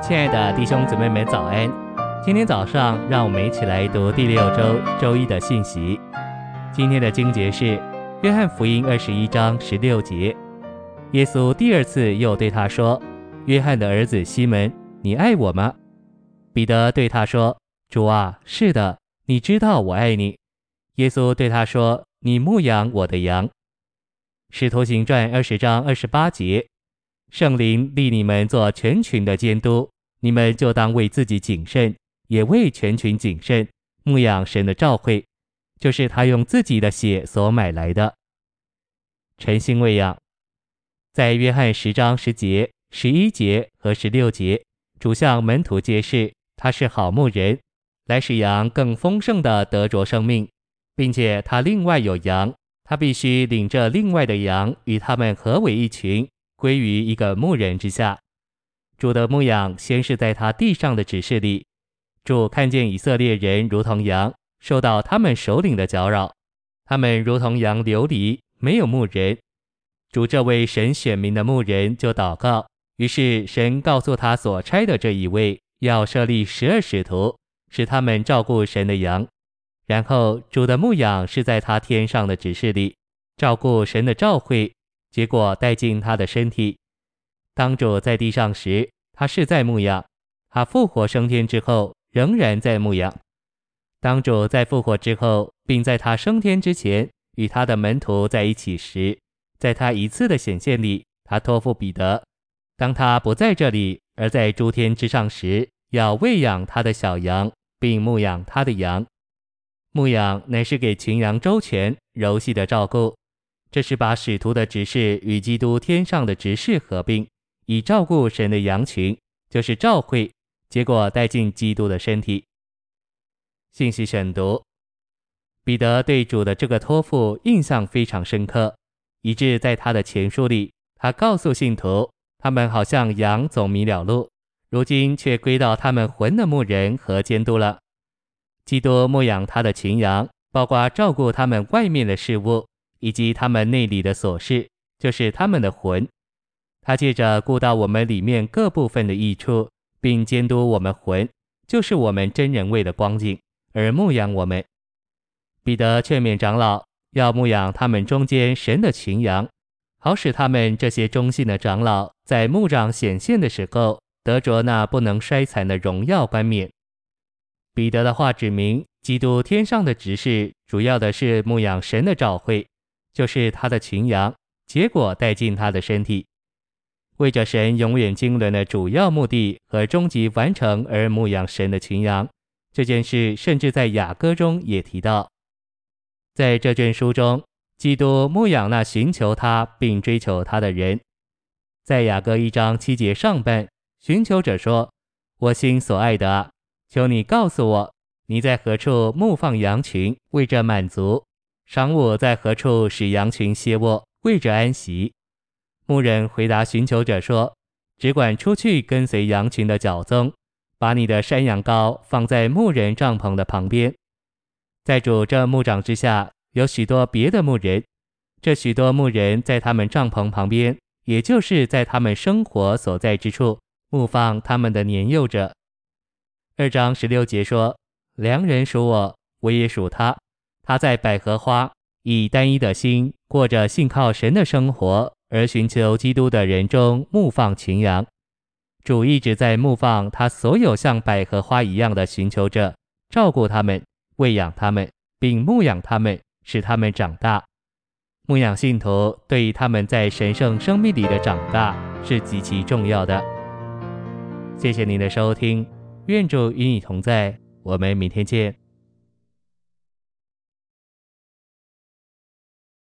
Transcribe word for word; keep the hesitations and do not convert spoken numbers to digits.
亲爱的弟兄姊妹们早安，今天早上让我们一起来读第六周周一的信息。今天的经节是约翰福音二十一章十六节，耶稣第二次又对他说，约翰的儿子西门，你爱我吗？彼得对他说，主啊，是的，你知道我爱你。耶稣对他说，你牧养我的羊。使徒行传二十章二十八节，圣灵立你们做全群的监督，你们就当为自己谨慎，也为全群谨慎，牧养神的召会，就是他用自己的血所买来的。诚心喂养，在约翰十章十节、十一节和十六节，主向门徒揭示他是好牧人，来使羊更丰盛地得着生命，并且他另外有羊，他必须领着另外的羊与他们合为一群，归于一个牧人之下。主的牧养先是在他地上的指示里，主看见以色列人如同羊，受到他们首领的搅扰，他们如同羊流离，没有牧人。主这位神选民的牧人就祷告，于是神告诉他所差的这一位，要设立十二使徒，使他们照顾神的羊。然后主的牧养是在他天上的指示里，照顾神的召会，结果带进他的身体。当主在地上时，他是在牧养；他复活升天之后，仍然在牧养。当主在复活之后，并在他升天之前，与他的门徒在一起时，在他一次的显现里，他托付彼得，当他不在这里，而在诸天之上时，要喂养他的小羊，并牧养他的羊。牧养乃是给群羊周全、柔细的照顾，这是把使徒的职事与基督天上的职事合并，以照顾神的羊群，就是召会，结果带进基督的身体。信息选读，彼得对主的这个托付印象非常深刻，以致在他的前书里，他告诉信徒，他们好像羊走迷了路，如今却归到他们魂的牧人和监督了。基督牧养他的群羊，包括照顾他们外面的事物，以及他们内里的琐事，就是他们的魂。他借着顾到我们里面各部分的益处，并监督我们魂，就是我们真人位的光景，而牧养我们。彼得劝勉长老，要牧养他们中间神的群羊，好使他们这些忠信的长老，在牧长显现的时候，得着那不能衰残的荣耀冠冕。彼得的话指明，基督天上的职事主要的是牧养神的召会，就是他的群羊，结果带进他的身体，为着神永远经纶的主要目的和终极完成而牧养神的群羊。这件事甚至在雅歌中也提到。在这卷书中，基督牧养那寻求他并追求他的人。在雅歌一章七节上半，寻求者说，我心所爱的啊，求你告诉我，你在何处牧放羊群，为着满足；晌午在何处使羊群歇卧，为着安息。牧人回答寻求者说，只管出去跟随羊群的脚踪，把你的山羊羔放在牧人帐篷的旁边。在主这牧长之下，有许多别的牧人，这许多牧人在他们帐篷旁边，也就是在他们生活所在之处，牧放他们的年幼者。二章十六节说，良人属我，我也属他。他在百合花，以单一的心，过着信靠神的生活，而寻求基督的人中牧放群羊。主一直在牧放他所有像百合花一样的寻求者，照顾他们，喂养他们，并牧养他们，使他们长大。牧养信徒对于他们在神圣生命里的长大是极其重要的。谢谢您的收听，愿主与你同在，我们明天见。